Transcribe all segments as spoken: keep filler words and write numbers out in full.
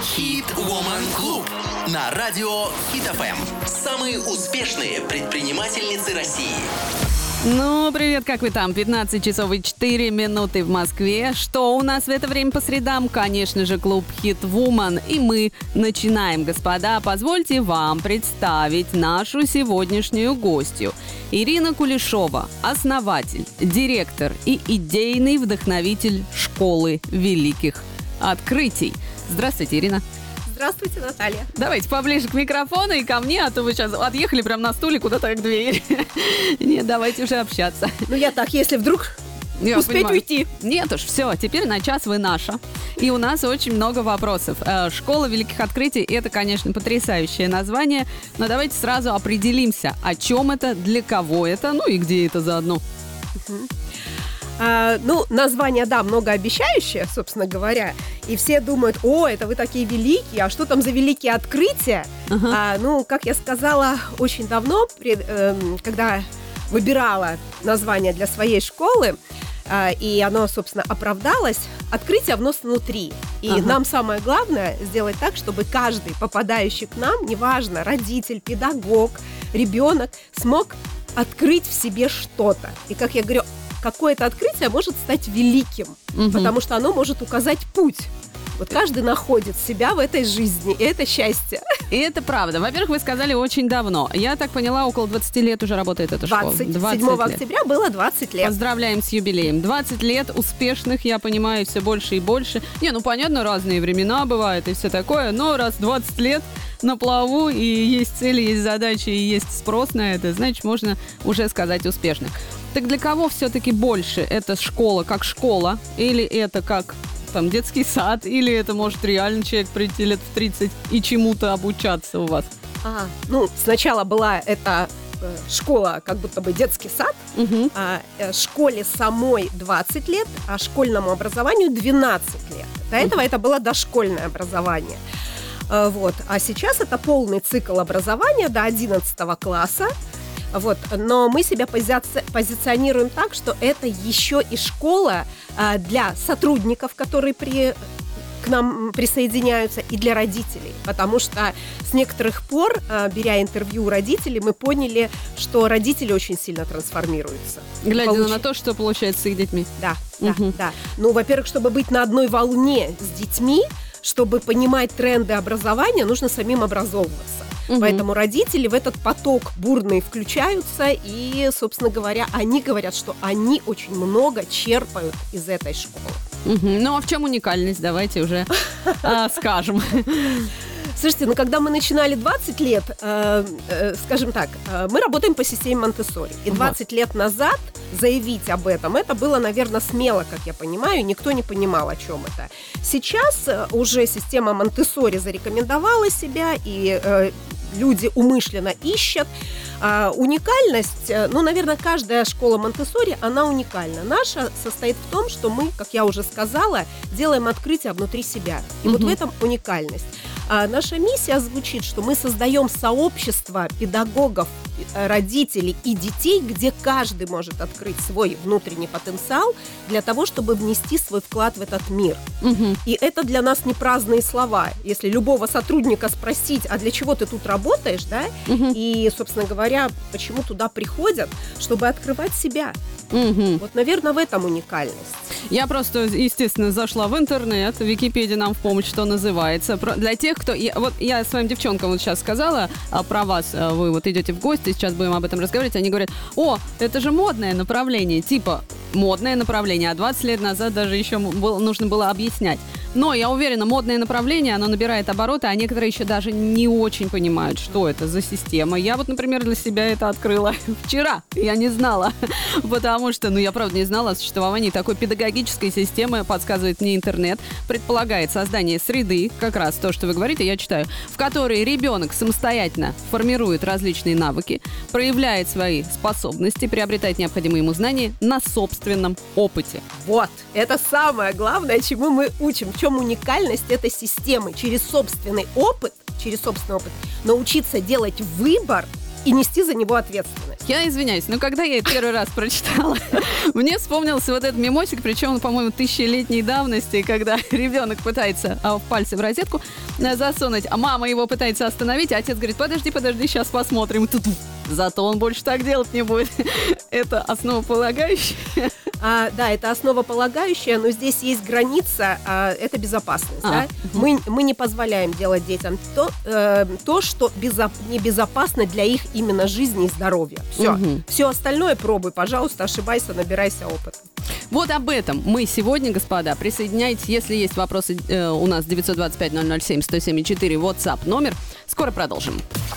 Hit Woman Club на радио Hit эф эм. Самые успешные предпринимательницы России. Ну, привет, как вы там? пятнадцать часов и четыре минуты в Москве. Что у нас в это время по средам? Конечно же, клуб Hit Woman. И мы начинаем, господа. Позвольте вам представить нашу сегодняшнюю гостью. Ирина Кулешова, основатель, директор и идейный вдохновитель школы великих открытий. Здравствуйте, Ирина. Здравствуйте, Наталья. Давайте поближе к микрофону и ко мне, а то вы сейчас отъехали прямо на стуле куда-то к двери. Нет, давайте уже общаться. Ну я так, если вдруг Я успеть понимаю. уйти. Нет уж, все, теперь на час вы наша. И у нас очень много вопросов. Школа великих открытий — это, конечно, потрясающее название, но давайте сразу определимся, о чем это, для кого это, ну и где это заодно. Угу. А, ну, название, да, многообещающее, собственно говоря. И все думают: о, это вы такие великие, а что там за великие открытия? Uh-huh. А, ну, как я сказала очень давно, пред, э, когда выбирала название для своей школы, э, и оно, собственно, оправдалось, открытие в нас внутри. И uh-huh. нам самое главное сделать так, чтобы каждый, попадающий к нам, неважно, родитель, педагог, ребенок, смог открыть в себе что-то. И, как я говорю, какое-то открытие может стать великим, угу. потому что оно может указать путь. Вот каждый находит себя в этой жизни, и это счастье. И это правда. Во-первых, вы сказали очень давно. Я так поняла, около двадцать лет уже работает эта школа. двадцать. седьмого октября было двадцать лет. Поздравляем с юбилеем. двадцать лет успешных, я понимаю, все больше и больше. Не, ну понятно, разные времена бывают и все такое, но раз двадцать лет на плаву, и есть цели, есть задачи, и есть спрос на это, значит, можно уже сказать успешных. Так для кого все-таки больше? Это школа как школа? Или это как там детский сад? Или это может реально человек прийти лет в тридцать и чему-то обучаться у вас? А, ну, сначала была эта э, школа, как будто бы детский сад. Угу. А, э, школе самой двадцать лет, а школьному образованию двенадцать лет. До этого угу. это было дошкольное образование. А, вот. А сейчас это полный цикл образования до одиннадцатого класса. Вот. Но мы себя пози- позиционируем так, что это еще и школа а, для сотрудников, которые при, к нам присоединяются, и для родителей. Потому что с некоторых пор, а, беря интервью у родителей, мы поняли, что родители очень сильно трансформируются. Глядя Получ... на то, что получается с их детьми. Да, да, угу. да. Ну, во-первых, чтобы быть на одной волне с детьми, чтобы понимать тренды образования, нужно самим образовываться. Угу. Поэтому родители в этот поток бурный включаются, и, собственно говоря, они говорят, что они очень много черпают из этой школы. Угу. Ну, а в чем уникальность? Давайте уже э, скажем. Слушайте, ну когда мы начинали двадцать лет, э, э, скажем так, э, мы работаем по системе Монтессори. И двадцать лет назад заявить об этом, это было, наверное, смело, как я понимаю, никто не понимал, о чем это. Сейчас э, уже система Монтессори зарекомендовала себя, и э, люди умышленно ищут. А, уникальность, ну, наверное, каждая школа Монтессори, она уникальна. Наша состоит в том, что мы, как я уже сказала, делаем открытие внутри себя. И угу. вот в этом уникальность. А наша миссия звучит, что мы создаем сообщество педагогов, родителей и детей, где каждый может открыть свой внутренний потенциал для того, чтобы внести свой вклад в этот мир. Угу. И это для нас не праздные слова. Если любого сотрудника спросить, а для чего ты тут работаешь, да, угу. и, собственно говоря, почему туда приходят, чтобы открывать себя. Угу. Вот, наверное, в этом уникальность. Я просто, естественно, зашла в интернет, Википедия нам в помощь, что называется. Для тех, кто... Я, вот я своим девчонкам вот сейчас сказала а, про вас, а, вы вот идете в гости, сейчас будем об этом разговаривать, они говорят: о, это же модное направление, типа модное направление, а двадцать лет назад даже еще было, нужно было объяснять. Но я уверена, модное направление, оно набирает обороты, а некоторые еще даже не очень понимают, что это за система. Я вот, например, для себя это открыла вчера. Я не знала, потому что, ну, я правда не знала о существовании такой педагогической системы, подсказывает мне интернет. Предполагает создание среды, как раз то, что вы говорите, я читаю, в которой ребенок самостоятельно формирует различные навыки, проявляет свои способности, приобретает необходимые ему знания на собственном опыте. Вот, это самое главное, чему мы учим. В чем уникальность этой системы? Через собственный опыт, через собственный опыт научиться делать выбор и нести за него ответственность. Я извиняюсь, но когда я это первый раз прочитала, мне вспомнился вот этот мемосик, причем, по-моему, тысячелетней давности, когда ребенок пытается а, в пальцы в розетку а, засунуть, а мама его пытается остановить, а отец говорит: подожди, подожди, сейчас посмотрим. Ту-ту. Зато он больше так делать не будет. Это основополагающее. А, да, это основополагающее, но здесь есть граница, а, это безопасность. А, да? угу. мы, мы не позволяем делать детям то, э, то что безо- небезопасно для их именно жизни и здоровья. Все. Угу. Все остальное пробуй, пожалуйста, ошибайся, набирайся опыта. Вот об этом мы сегодня, господа. Присоединяйтесь, если есть вопросы, э, у нас девять два пять ноль ноль семь сто семь четыре, WhatsApp номер. Скоро продолжим.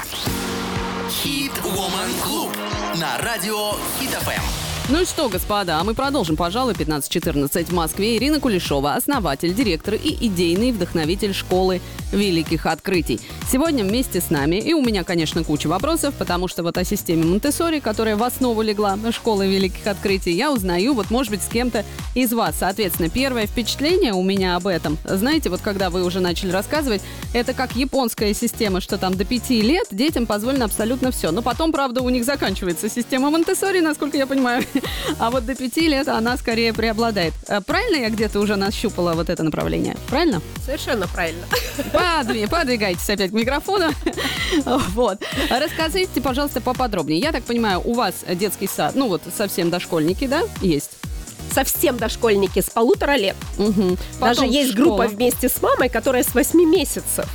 Hit Woman Club на радио Hit эф эм. Ну и что, господа, а мы продолжим, пожалуй, пятнадцать четырнадцать в Москве. Ирина Кулешова, основатель, директор и идейный вдохновитель школы великих открытий. Сегодня вместе с нами, и у меня, конечно, куча вопросов, потому что вот о системе Монтессори, которая в основу легла школы великих открытий, я узнаю, вот, может быть, с кем-то из вас. Соответственно, первое впечатление у меня об этом, знаете, вот когда вы уже начали рассказывать, это как японская система, что там до пяти лет детям позволено абсолютно все. Но потом, правда, у них заканчивается система Монтессори, насколько я понимаю. А вот до пяти лет она скорее преобладает. Правильно я где-то уже нащупала вот это направление? Правильно? Совершенно правильно. Подвиг, подвигайтесь опять к микрофону. Вот. Расскажите, пожалуйста, поподробнее. Я так понимаю, у вас детский сад, ну вот совсем дошкольники, да, есть? Совсем дошкольники с полутора лет. Угу. Даже есть школа. группа вместе с мамой, которая с восьми месяцев.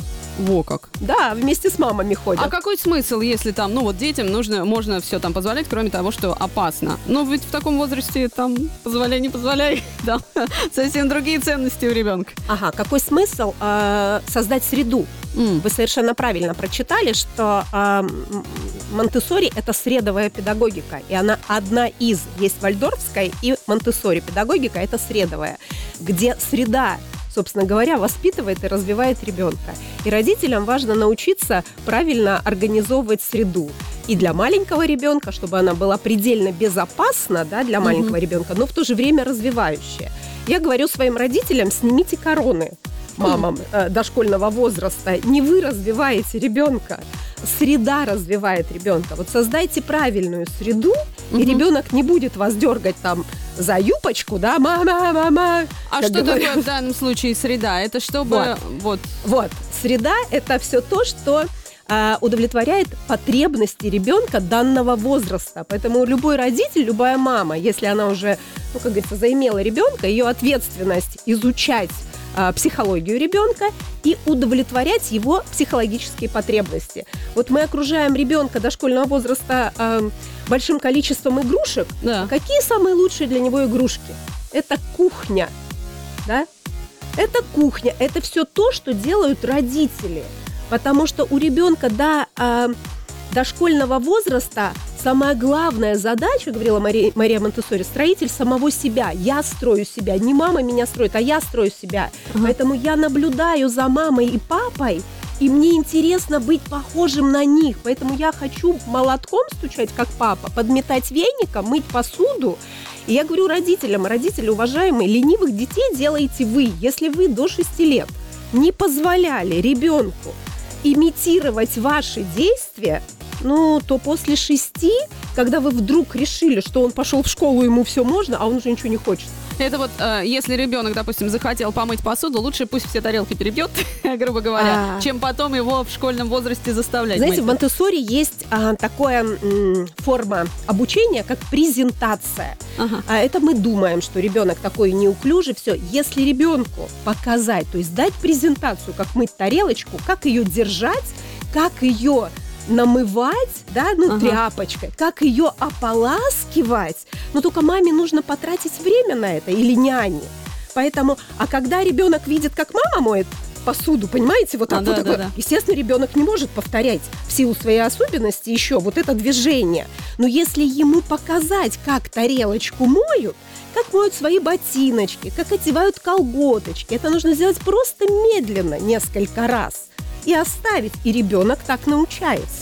Во как. Да, вместе с мамами ходят. А какой смысл, если там, ну вот детям нужно, можно все там позволять, кроме того, что опасно? Но ведь в таком возрасте там позволяй, не позволяй, да, совсем другие ценности у ребенка. Ага, какой смысл э, создать среду? Mm. Вы совершенно правильно прочитали, что э, Монтессори – это средовая педагогика, и она одна из. Есть вальдорфская и Монтессори педагогика – это средовая, где среда, собственно говоря, воспитывает и развивает ребенка. И родителям важно научиться правильно организовывать среду. И для маленького ребенка, чтобы она была предельно безопасна, да, для маленького mm-hmm. ребенка, но в то же время развивающая. Я говорю своим родителям: снимите короны мамам э, дошкольного возраста. Не вы развиваете ребенка, среда развивает ребенка. Вот создайте правильную среду, mm-hmm. и ребенок не будет вас дергать там за юбочку, да, мама, мама. А что говорят. Такое в данном случае среда? Это чтобы... Вот. Вот. вот. Среда – это все то, что э, удовлетворяет потребности ребенка данного возраста. Поэтому любой родитель, любая мама, если она уже, ну, как говорится, заимела ребенка, ее ответственность изучать э, психологию ребенка и удовлетворять его психологические потребности. Вот мы окружаем ребенка дошкольного возраста э, большим количеством игрушек. Да. Какие самые лучшие для него игрушки? Это кухня, да? Это кухня, это все то, что делают родители. Потому что у ребенка до э, дошкольного возраста самая главная задача, говорила Мария, Мария Монтессори, строитель самого себя. Я строю себя, не мама меня строит, а я строю себя. Uh-huh. Поэтому я наблюдаю за мамой и папой, и мне интересно быть похожим на них. Поэтому я хочу молотком стучать, как папа, подметать веником, мыть посуду. И я говорю родителям: родители, уважаемые, ленивых детей делаете вы. Если вы до шести лет не позволяли ребенку имитировать ваши действия, ну, то после шести, когда вы вдруг решили, что он пошел в школу, ему все можно, а он уже ничего не хочет. Это вот, э, если ребенок, допустим, захотел помыть посуду, лучше пусть все тарелки перебьет, грубо говоря, а... чем потом его в школьном возрасте заставлять. Знаете, мыть. В Монтессори есть а, такая м, форма обучения, как презентация. Ага. А, это мы думаем, что ребенок такой неуклюжий, все. Если ребенку показать, то есть дать презентацию, как мыть тарелочку, как ее держать, как ее намывать, да, ну, ага. тряпочкой, как ее ополаскивать, но только маме нужно потратить время на это или няне. Поэтому, а когда ребенок видит, как мама моет посуду, понимаете, вот так а, вот да, такое, да, да. естественно, ребенок не может повторять в силу своей особенности еще вот это движение. Но если ему показать, как тарелочку моют, как моют свои ботиночки, как одевают колготочки, это нужно сделать просто медленно несколько раз. И оставить, и ребенок так научается.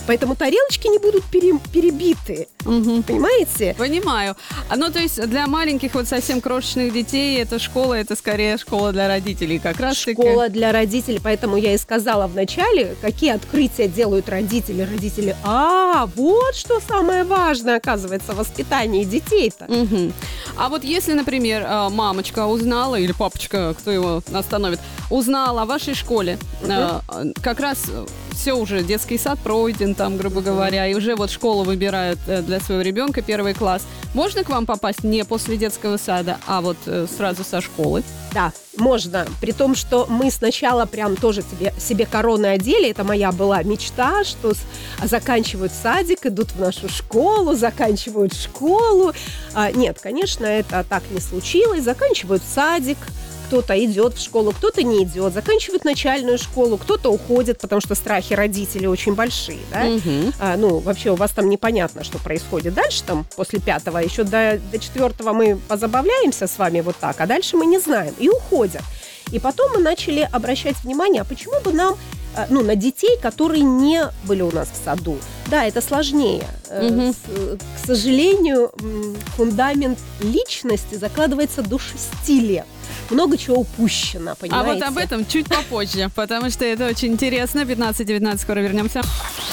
Поэтому тарелочки не будут пере- перебиты. Угу. Понимаете? Понимаю. А, Ну, то есть для маленьких, вот совсем крошечных детей, это школа, это скорее школа для родителей. Как раз Школа для родителей. Поэтому я и сказала в начале, какие открытия делают родители. Родители, а, вот что самое важное, оказывается, в воспитании детей-то. Угу. А вот если, например, э, мамочка узнала, или папочка, кто его остановит, узнала о вашей школе, э, как раз все уже, детский сад пройден там, грубо говоря, и уже вот школу выбирают э, для своего ребенка, первый класс. Можно к вам попасть не после детского сада, а вот э, сразу со школы? Да, можно. При том, что мы сначала прям тоже себе, себе короны одели. Это моя была мечта, что с- заканчивают садик, идут в нашу школу, заканчивают школу. А, нет, конечно, это так не случилось. Заканчивают садик, кто-то идет в школу, кто-то не идет, заканчивают начальную школу, кто-то уходит, потому что страхи родителей очень большие, да? Мгм. А, ну, вообще у вас там непонятно, что происходит дальше, там, после пятого, еще до, до четвертого мы позабавляемся с вами вот так, а дальше мы не знаем, и уходят. И потом мы начали обращать внимание, а почему бы нам, а, ну, на детей, которые не были у нас в саду. Да, это сложнее. Э, Мгм. с- К сожалению, м, фундамент личности закладывается до шести лет. Много чего упущено, А понимаете? вот об этом чуть попозже, потому что это очень интересно. пятнадцать девятнадцать, скоро вернемся.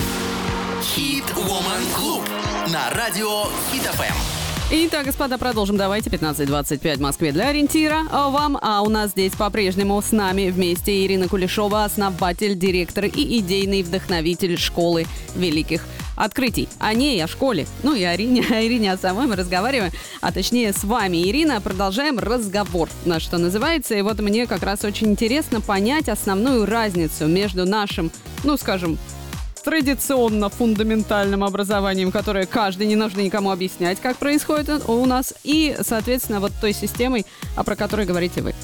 Hit Woman Club на радио Hit эф эм. Итак, господа, продолжим. Давайте. пятнадцать двадцать пять в Москве для ориентира а вам. А у нас здесь по-прежнему с нами вместе Ирина Кулешова, основатель, директор и идейный вдохновитель школы великих открытий. О ней, о школе. Ну и о Ирине, о Ирине, о самой мы разговариваем. А точнее с вами, Ирина. Продолжаем разговор, на что называется. И вот мне как раз очень интересно понять основную разницу между нашим, ну скажем, традиционно-фундаментальным образованием, которое каждый, не нужно никому объяснять, как происходит у нас, и, соответственно, вот той системой, о про которой говорите вы.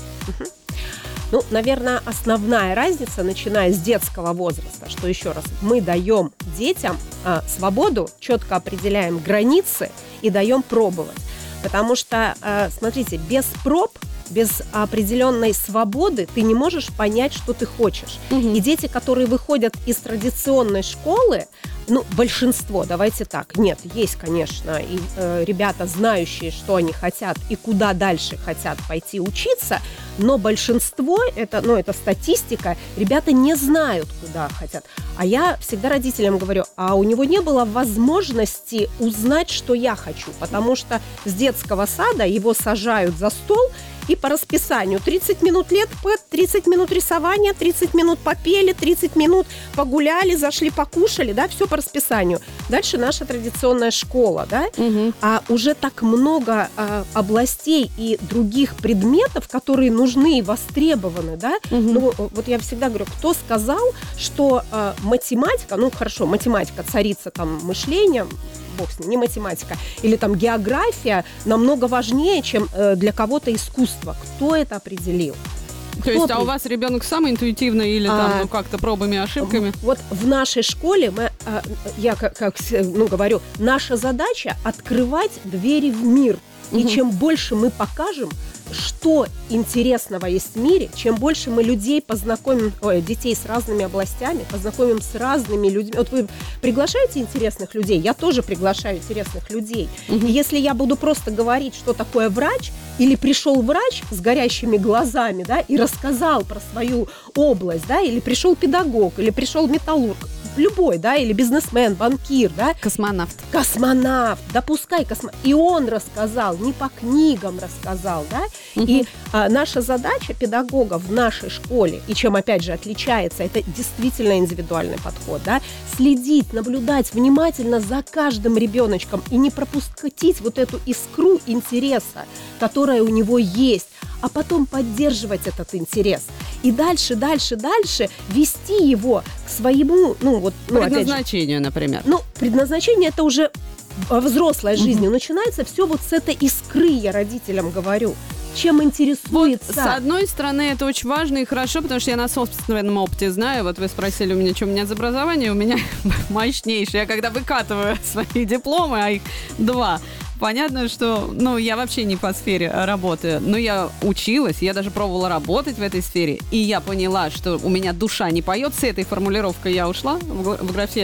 Ну, наверное, основная разница, начиная с детского возраста, что еще раз, мы даем детям а, свободу, четко определяем границы и даем пробовать. Потому что, а, смотрите, без проб, без определенной свободы ты не можешь понять, что ты хочешь. Мгм. И дети, которые выходят из традиционной школы, ну, большинство, давайте так, нет, есть, конечно, и э, ребята, знающие, что они хотят и куда дальше хотят пойти учиться, но большинство, это, ну, это статистика, ребята не знают, куда хотят. А я всегда родителям говорю, а у него не было возможности узнать, что я хочу, потому что с детского сада его сажают за стол, и по расписанию тридцать минут лепка, тридцать минут рисования, тридцать минут попели, тридцать минут погуляли, зашли, покушали, да, все по расписанию. Дальше наша традиционная школа, да, Мгм. а уже так много а, областей и других предметов, которые нужны и востребованы, да. Мгм. Ну, вот я всегда говорю, кто сказал, что а, математика, ну, хорошо, математика царица там мышления, бог с ним, не математика, или там география намного важнее, чем э, для кого-то искусство. Кто это определил? То есть, а при- у вас ребенок сам интуитивно или там, А, ну, как-то пробами, ошибками? Вот в нашей школе мы, а, я как, как, ну, говорю, наша задача открывать двери в мир. И Мгм. чем больше мы покажем, что интересного есть в мире, чем больше мы людей познакомим, ой, детей с разными областями, познакомим с разными людьми. Вот вы приглашаете интересных людей, я тоже приглашаю интересных людей. Мгм. И если я буду просто говорить, что такое врач, или пришел врач с горящими глазами, да, и рассказал про свою область, да, или пришел педагог, или пришел металлург, любой, да, или бизнесмен, банкир, да, Космонавт. космонавт, да пускай космонавт. И он рассказал, не по книгам рассказал, да. Мгм. И а, наша задача педагога в нашей школе, и чем, опять же, отличается, это действительно индивидуальный подход, да, следить, наблюдать внимательно за каждым ребеночком и не пропустить вот эту искру интереса, которая у него есть, а потом поддерживать этот интерес. И дальше, дальше, дальше вести его к своему, ну, вот, ну, опять же, Предназначению, например. ну, предназначение это уже во взрослой жизни. Начинается все вот с этой искры, я родителям говорю. Чем интересуется. С одной стороны, это очень важно и хорошо, потому что я на собственном опыте знаю. Вот вы спросили у меня, что у меня за образование, у меня мощнейшее. Я когда выкатываю свои дипломы, а их два, понятно, что, ну, я вообще не по сфере работаю, но я училась, я даже пробовала работать в этой сфере, и я поняла, что у меня душа не поет. С этой формулировкой я ушла в графе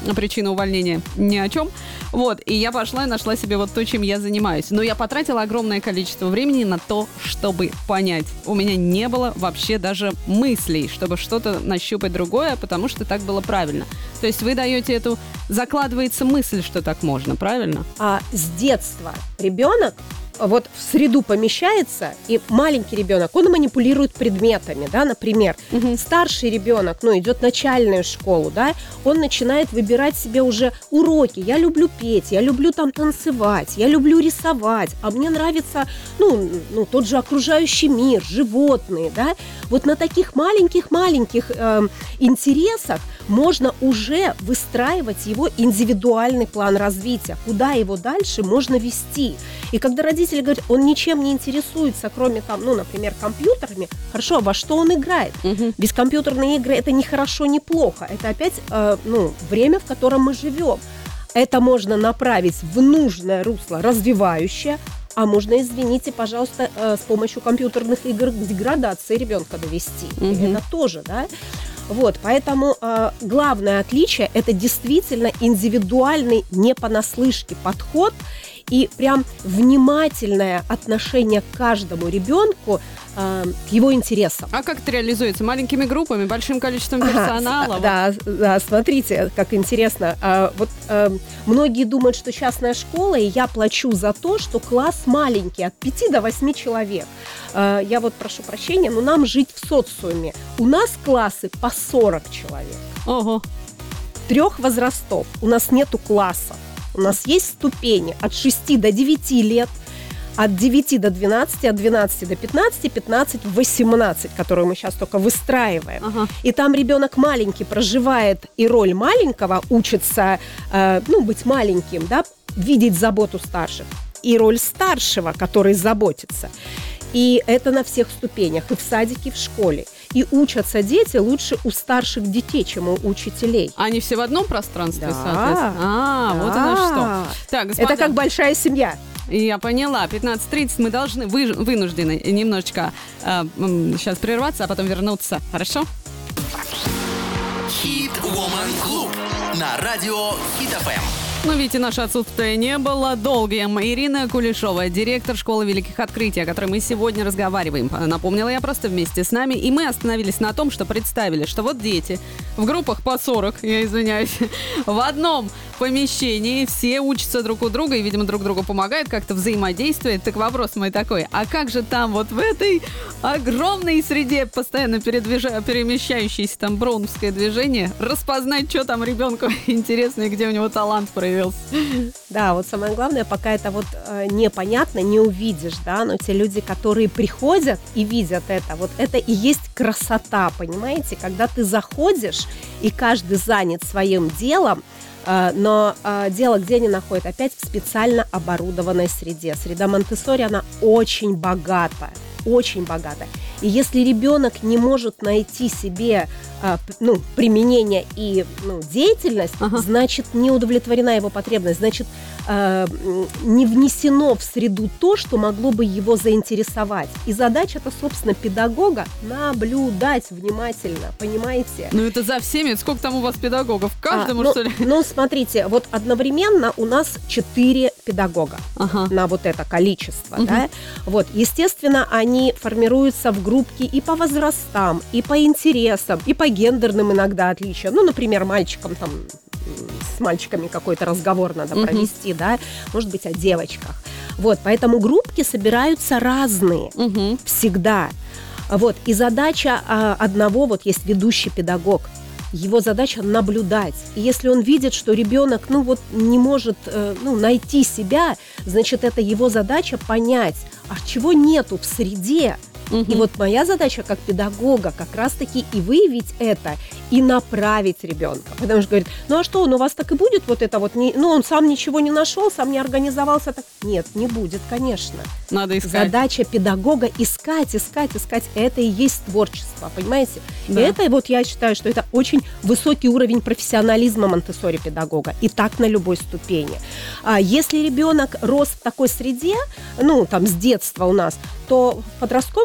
причина увольнения ни о чем. Вот, и я пошла и нашла себе вот то, чем я занимаюсь. Но я потратила огромное количество времени на то, чтобы понять. У меня не было вообще даже мыслей, чтобы что-то нащупать другое, потому что так было правильно. То есть вы даете эту... Закладывается мысль, что так можно, правильно? А с детства ребенок вот в среду помещается, и маленький ребенок, он манипулирует предметами, да, например. Угу. Старший ребенок, ну, идет в начальную школу, да, он начинает выбирать себе уже уроки. Я люблю петь, я люблю там танцевать, я люблю рисовать, а мне нравится, ну, ну тот же окружающий мир, животные, да. Вот на таких маленьких-маленьких э, интересах можно уже выстраивать его индивидуальный план развития, куда его дальше можно вести. И когда родители говорят, он ничем не интересуется, кроме там, ну, например, компьютерами, хорошо, а во что он играет? Угу. Бескомпьютерные игры – это не хорошо, не плохо. Это опять, э, ну, время, в котором мы живем. Это можно направить в нужное русло, развивающее, а можно, извините, пожалуйста, э, с помощью компьютерных игр к деградации ребенка довести. Угу. Это тоже, да? Вот, поэтому э, главное отличие – это действительно индивидуальный, не понаслышке подход и прям внимательное отношение к каждому ребенку, э, к его интересам. А как это реализуется? Маленькими группами, большим количеством персонала? Ага, да, да, смотрите, как интересно. А, вот а, многие думают, что частная школа, и я плачу за то, что класс маленький, от пяти до восьми человек. А, я вот прошу прощения, но нам жить в социуме. У нас классы по сорок человек. Ого. Трех возрастов. У нас нету классов. У нас есть ступени от шести до девяти лет, от девяти до двенадцати, от двенадцати до пятнадцати, пятнадцать - восемнадцать, которую мы сейчас только выстраиваем. Ага. И там ребенок маленький проживает и роль маленького, учится э, ну, быть маленьким, да, видеть заботу старших, и роль старшего, который заботится. И это на всех ступенях, и в садике, и в школе. И учатся дети лучше у старших детей, чем у учителей. Они все в одном пространстве, да, соответственно? А, да. Вот оно что. Так, господа, это как большая семья. Я поняла. пятнадцать тридцать мы должны, вы, вынуждены немножечко э, сейчас прерваться, а потом вернуться. Хорошо? Hit Woman Club на радио Hit эф эм. Ну, видите, наше отсутствие не было долгим. Ирина Кулешова, директор школы Великих Открытий, о которой мы сегодня разговариваем. Напомнила я просто вместе с нами. И мы остановились на том, что представили, что вот дети в группах по сорок, я извиняюсь, в одном помещении, все учатся друг у друга и, видимо, друг другу помогают, как-то взаимодействуют. Так вопрос мой такой, а как же там вот в этой огромной среде, постоянно передвижа... перемещающейся там броуновское движение, распознать, что там ребенку интересно и где у него талант проявился? Да, вот самое главное, пока это вот э, непонятно, не увидишь, да, но те люди, которые приходят и видят это, вот это и есть красота, понимаете, когда ты заходишь, и каждый занят своим делом, э, но э, дело где они находят? Опять в специально оборудованной среде. Среда Монтессори, она очень богатая, очень богатая. И если ребенок не может найти себе а, ну, применение и ну, деятельность, ага. значит, не удовлетворена его потребность, значит, а, не внесено в среду то, что могло бы его заинтересовать. И задача-то, собственно, педагога наблюдать внимательно, понимаете? Ну, это за всеми. Сколько там у вас педагогов? Каждому, а, ну, что ли? Ну, смотрите, вот одновременно у нас четыре педагога ага. на вот это количество, угу. да? Вот, естественно, они формируются в группки и по возрастам, и по интересам, и по гендерным иногда отличиям. Ну, например, мальчикам там с мальчиками какой-то разговор надо uh-huh. провести, да, может быть, о девочках. Вот, поэтому группки собираются разные uh-huh. всегда. Вот, и задача а, одного, вот есть ведущий педагог, его задача наблюдать. И если он видит, что ребенок, ну вот, не может э, ну, найти себя, значит, это его задача понять, а чего нету в среде. Угу. И вот моя задача как педагога как раз-таки и выявить это, и направить ребенка. Потому что говорит, ну а что, ну у вас так и будет вот это вот, не, ну он сам ничего не нашел, сам не организовался. Так... Нет, не будет, конечно. Надо искать. Задача педагога искать, искать, искать. Это и есть творчество, понимаете? Да. И это вот я считаю, что это очень высокий уровень профессионализма Монтессори педагога. И так на любой ступени. А если ребенок рос в такой среде, ну там с детства у нас, то в подростковом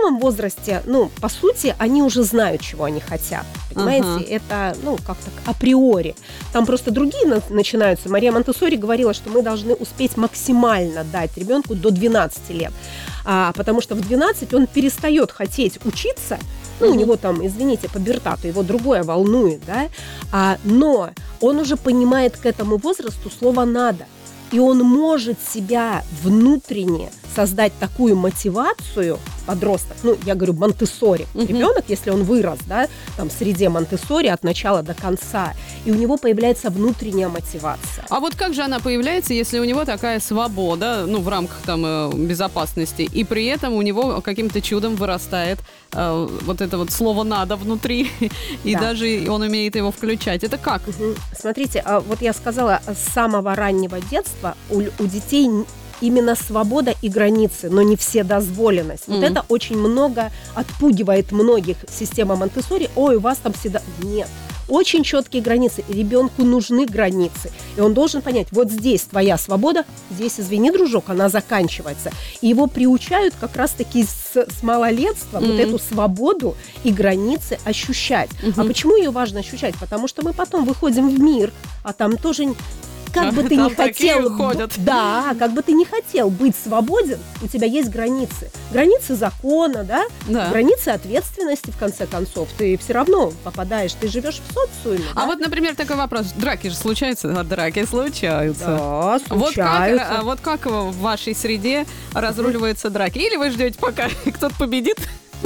подростковом возрасте, ну, по сути, они уже знают, чего они хотят. Понимаете, Ага. это, ну, как-то априори. Там просто другие на- начинаются. Мария Монтессори говорила, что мы должны успеть максимально дать ребенку до двенадцати лет. А, потому что в двенадцать он перестает хотеть учиться. Ну, у Мгм. него там, извините, пубертат, его другое волнует, да. А, но он уже понимает к этому возрасту слово «надо». И он может себя внутренне создать такую мотивацию, подросток, ну, я говорю, Монтессори, Мгм. ребенок, если он вырос, да, там, в среде Монтессори от начала до конца, и у него появляется внутренняя мотивация. А вот как же она появляется, если у него такая свобода, ну, в рамках там э, безопасности, и при этом у него каким-то чудом вырастает э, вот это вот слово «надо» внутри, и Да. даже он умеет его включать. Это как? Мгм. Смотрите, а вот я сказала, с самого раннего детства у, лю- у детей н- именно свобода и границы, но не вседозволенность. Вот Мгм. это очень много отпугивает многих. Система Монтессори, ой, у вас там всегда... Нет. Очень четкие границы. Ребенку нужны границы. И он должен понять, вот здесь твоя свобода, здесь, извини, дружок, она заканчивается. И его приучают как раз-таки с, с малолетства Мгм. вот эту свободу и границы ощущать. А Мгм. почему ее важно ощущать? Потому что мы потом выходим в мир, а там тоже... н- Как бы ты Там ни такие хотел, ходят. да, как бы ты ни хотел быть свободен, у тебя есть границы, границы закона, да, Да. границы ответственности в конце концов. Ты все равно попадаешь, ты живешь в социуме. А да? вот, например, такой вопрос. Драки же случаются? А драки случаются. Да, Вот как, случаются. а вот как в вашей среде разруливаются драки? Или вы ждете, пока кто-то победит?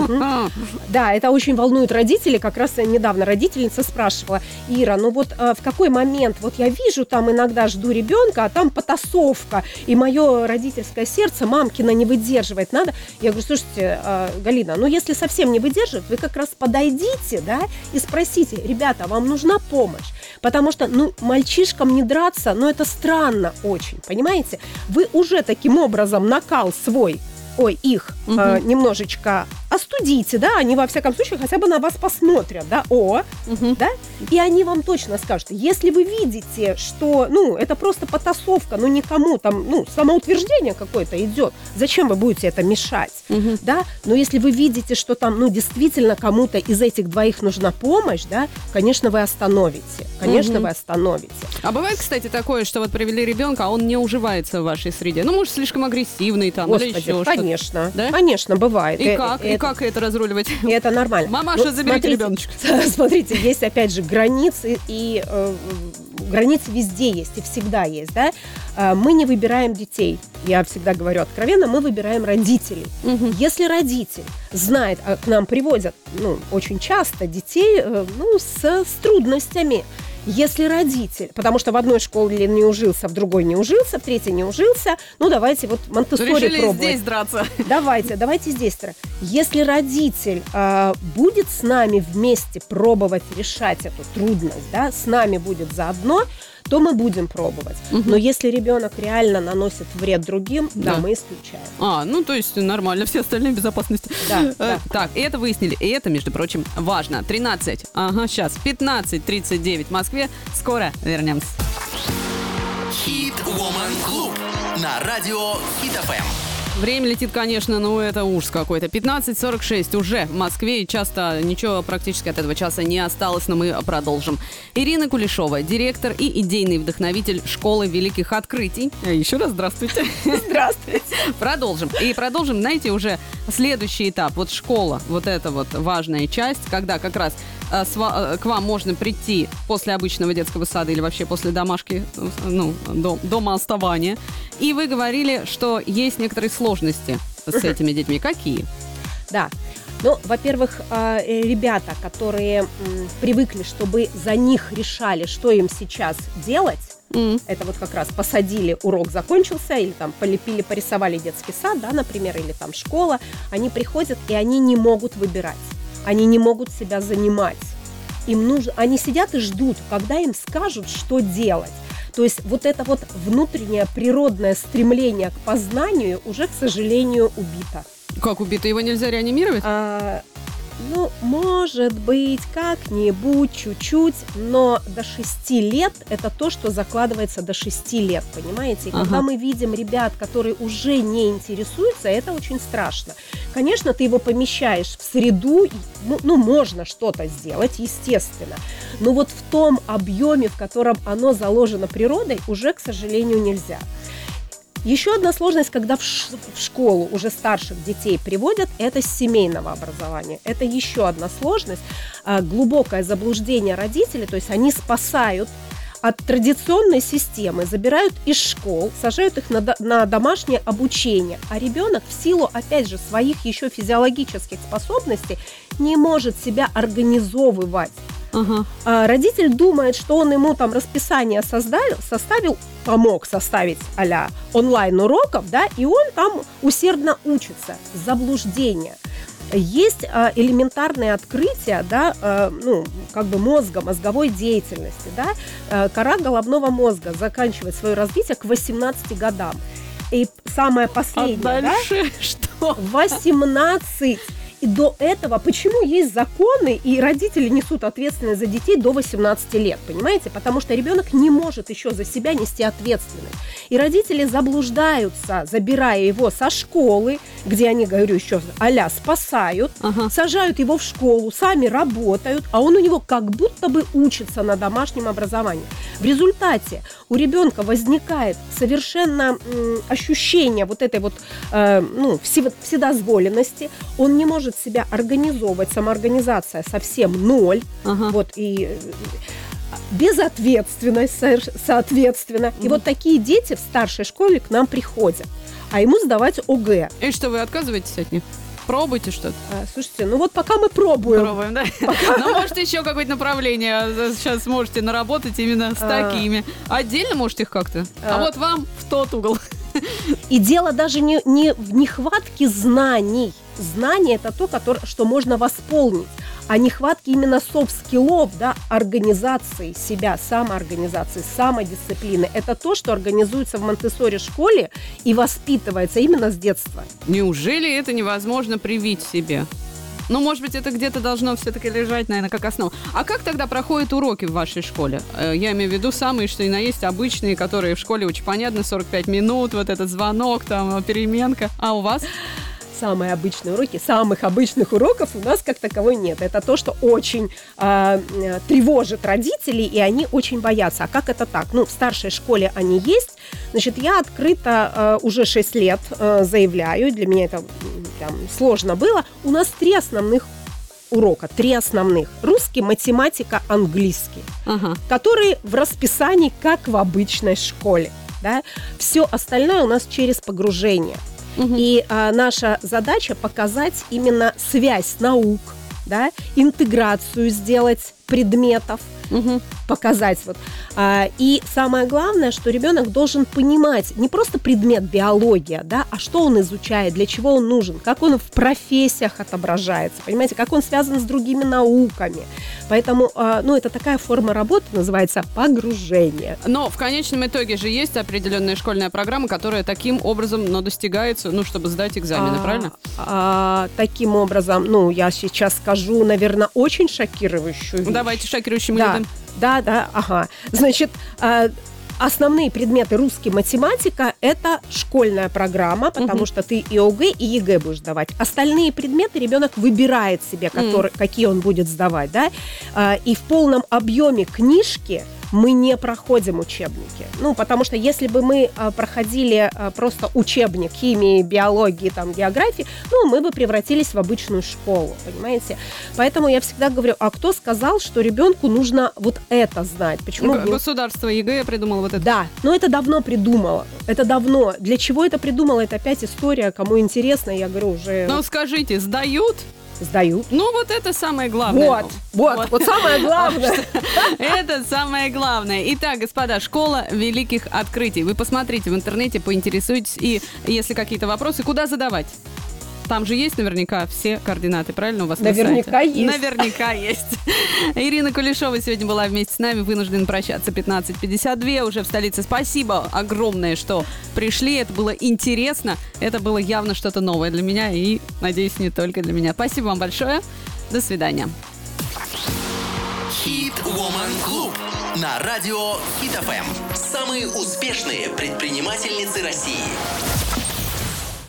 Да, это очень волнует родителей. Как раз недавно родительница спрашивала: Ира, ну вот э, в какой момент, вот я вижу, там иногда жду ребенка, а там потасовка, и мое родительское сердце мамкина не выдерживает. Надо? Я говорю, слушайте, э, Галина, ну если совсем не выдерживает, вы как раз подойдите, да, и спросите: ребята, вам нужна помощь? Потому что, ну, мальчишкам не драться, ну это странно очень, понимаете? Вы уже таким образом накал свой, ой, их Мгм. э, немножечко остудите, да, они во всяком случае хотя бы на вас посмотрят, да, о, Мгм. да, и они вам точно скажут, если вы видите, что, ну, это просто потасовка, ну, никому там, ну, самоутверждение какое-то идет, зачем вы будете это мешать, Мгм. да, но если вы видите, что там, ну, действительно кому-то из этих двоих нужна помощь, да, конечно, вы остановите, конечно, Мгм. вы остановите. А бывает, кстати, такое, что вот привели ребенка, а он не уживается в вашей среде. Ну, может, слишком агрессивный там или Господи, еще что-то. конечно, Да? конечно, бывает. И Э, как? э, И как это разруливать? И это нормально. Мамаша, Ну, заберите смотрите, ребеночка. Смотрите, есть опять же границы, и э, границы везде есть, и всегда есть, да. Э, Мы не выбираем детей. Я всегда говорю откровенно, мы выбираем родителей. Мгм. Если родитель знает, а к нам приводят, ну, очень часто детей, э, ну, с, с трудностями. Если родитель, потому что в одной школе не ужился, в другой не ужился, в третьей не ужился, ну, давайте вот Монтессори Решили пробовать. здесь драться. Давайте, давайте здесь. Тра. Если родитель э, будет с нами вместе пробовать решать эту трудность, да, с нами будет заодно, то мы будем пробовать. Мгм. Но если ребенок реально наносит вред другим, да, Да. мы исключаем. А, ну, то есть нормально, все остальные в безопасности. Да, Э, да. Так, и это выяснили. И это, между прочим, важно. тринадцать, ага, сейчас, пятнадцать тридцать девять в Москве. Скоро вернемся. Hit Woman Club на радио Hit эф эм. Время летит, конечно, ну это ужас какой-то. пятнадцать сорок шесть уже в Москве, и часто ничего практически от этого часа не осталось, но мы продолжим. Ирина Кулешова, директор и идейный вдохновитель школы великих открытий. Э, Еще раз здравствуйте. Здравствуйте. Продолжим. И продолжим, знаете, уже следующий этап. Вот школа, вот это вот важная часть, когда как раз э, с ва- э, к вам можно прийти после обычного детского сада или вообще после домашки, э, ну, до- дома оставания. И вы говорили, что есть некоторые сложности с этими детьми. Какие? Да. Ну, во-первых, э, ребята, которые м, привыкли, чтобы за них решали, что им сейчас делать, М. это вот как раз посадили, урок закончился, или там полепили, порисовали детский сад, да, например, или там школа, они приходят, и они не могут выбирать, они не могут себя занимать. Им нужно, они сидят и ждут, когда им скажут, что делать. То есть вот это вот внутреннее природное стремление к познанию уже, к сожалению, убито. Как убито? Его нельзя реанимировать? А, Ну, может быть, как-нибудь, чуть-чуть, но до шести лет это то, что закладывается до шести лет, понимаете? И Ага. когда мы видим ребят, которые уже не интересуются, это очень страшно. Конечно, ты его помещаешь в среду, и, ну, ну, можно что-то сделать, естественно, но вот в том объеме, в котором оно заложено природой, уже, к сожалению, нельзя. Еще одна сложность, когда в, ш- в школу уже старших детей приводят, это с семейного образования. Это еще одна сложность, а, глубокое заблуждение родителей, то есть они спасают от традиционной системы, забирают из школ, сажают их на, до- на домашнее обучение, а ребенок в силу, опять же, своих еще физиологических способностей не может себя организовывать. Ага. А родитель думает, что он ему там расписание создал, составил, помог составить а-ля онлайн-уроков, да, и он там усердно учится. Заблуждение. Есть а, элементарные открытия, да, а, ну, как бы мозга, мозговой деятельности, да. А, кора головного мозга заканчивает свое развитие к восемнадцати годам. И самое А последнее, да, дальше что? восемнадцать. И до этого, почему есть законы, и родители несут ответственность за детей до восемнадцати лет, понимаете? Потому что ребенок не может еще за себя нести ответственность. И родители заблуждаются, забирая его со школы, где они, говорю еще, а-ля спасают, Ага. сажают его в школу, сами работают, а он у него как будто бы учится на домашнем образовании. В результате у ребенка возникает совершенно м, ощущение вот этой вот э, ну, все- вседозволенности, он не может себя организовывать, самоорганизация совсем ноль, Ага. вот, и э, безответственность, соверш- соответственно. И вот такие дети в старшей школе к нам приходят, а ему сдавать ОГЭ. И что, вы отказываетесь от них? Пробуйте что-то. А, слушайте, ну вот пока мы пробуем. Пробуем, да? Ну, может, еще какое-то направление сейчас можете наработать именно с А. такими. Отдельно можете их как-то? А А. вот вам в тот угол. И дело даже не, не в нехватке знаний. Знание – это то, которое, что можно восполнить, а нехватке именно софт-скиллов, да, организации себя, самоорганизации, самодисциплины. Это то, что организуется в Монтессори-школе и воспитывается именно с детства. Неужели это невозможно привить себе? Ну, может быть, это где-то должно все-таки лежать, наверное, как основа. А как тогда проходят уроки в вашей школе? Э, Я имею в виду самые, что и на есть, обычные, которые в школе очень понятны, сорок пять минут, вот этот звонок, там, переменка. А у вас? Самые обычные уроки, самых обычных уроков у нас как таковой нет. Это то, что очень э, э, тревожит родителей, и они очень боятся. А как это так? Ну, в старшей школе они есть. Значит, я открыто э, уже шесть лет э, заявляю, для меня это м, прям сложно было. У нас три основных урока, три основных. Русский, математика, английский, Ага. которые в расписании, как в обычной школе. Да? Все остальное у нас через погружение. Мгм. И а, наша задача показать именно связь наук, да, интеграцию сделать предметов, Мгм. показать. Вот. А, и самое главное, что ребенок должен понимать не просто предмет биология, да, а что он изучает, для чего он нужен, как он в профессиях отображается, понимаете, как он связан с другими науками. Поэтому, а, ну, это такая форма работы, называется погружение. Но в конечном итоге же есть определенная школьная программа, которая таким образом, ну, достигается, ну, чтобы сдать экзамены, А, правильно? а, таким образом, ну, я сейчас скажу, наверное, очень шокирующую вещь. Давайте шокирующим Да, людям. да, да, ага. Значит, а, основные предметы русский, математика – это школьная программа, потому Мгм. что ты и ОГЭ, и ЕГЭ будешь сдавать. Остальные предметы ребенок выбирает себе, который, какие он будет сдавать, да. А, и в полном объеме книжки мы не проходим учебники. Ну, потому что если бы мы а, проходили а, просто учебник химии, биологии, там, географии, ну, мы бы превратились в обычную школу, понимаете? Поэтому я всегда говорю, а кто сказал, что ребенку нужно вот это знать? Почему? Г- Государство ЕГЭ придумало вот это. Да, но это давно придумало. Это давно. Для чего это придумало? Это опять история, кому интересно, я говорю, уже Ну, скажите, сдают? сдают. Ну, вот это самое главное. Вот, вот, вот самое главное. Это самое главное. Итак, господа, школа великих открытий. Вы посмотрите в интернете, поинтересуйтесь. И если какие-то вопросы, куда задавать? Там же есть наверняка все координаты, правильно, у вас Наверняка на сайте? есть. Наверняка есть. Ирина Кулешова сегодня была вместе с нами. Вынуждена прощаться. пятнадцать пятьдесят два уже в столице. Спасибо огромное, что пришли. Это было интересно. Это было явно что-то новое для меня. И, надеюсь, не только для меня. Спасибо вам большое. До свидания. Hit Woman Club на радио Hit эф эм. Самые успешные предпринимательницы России.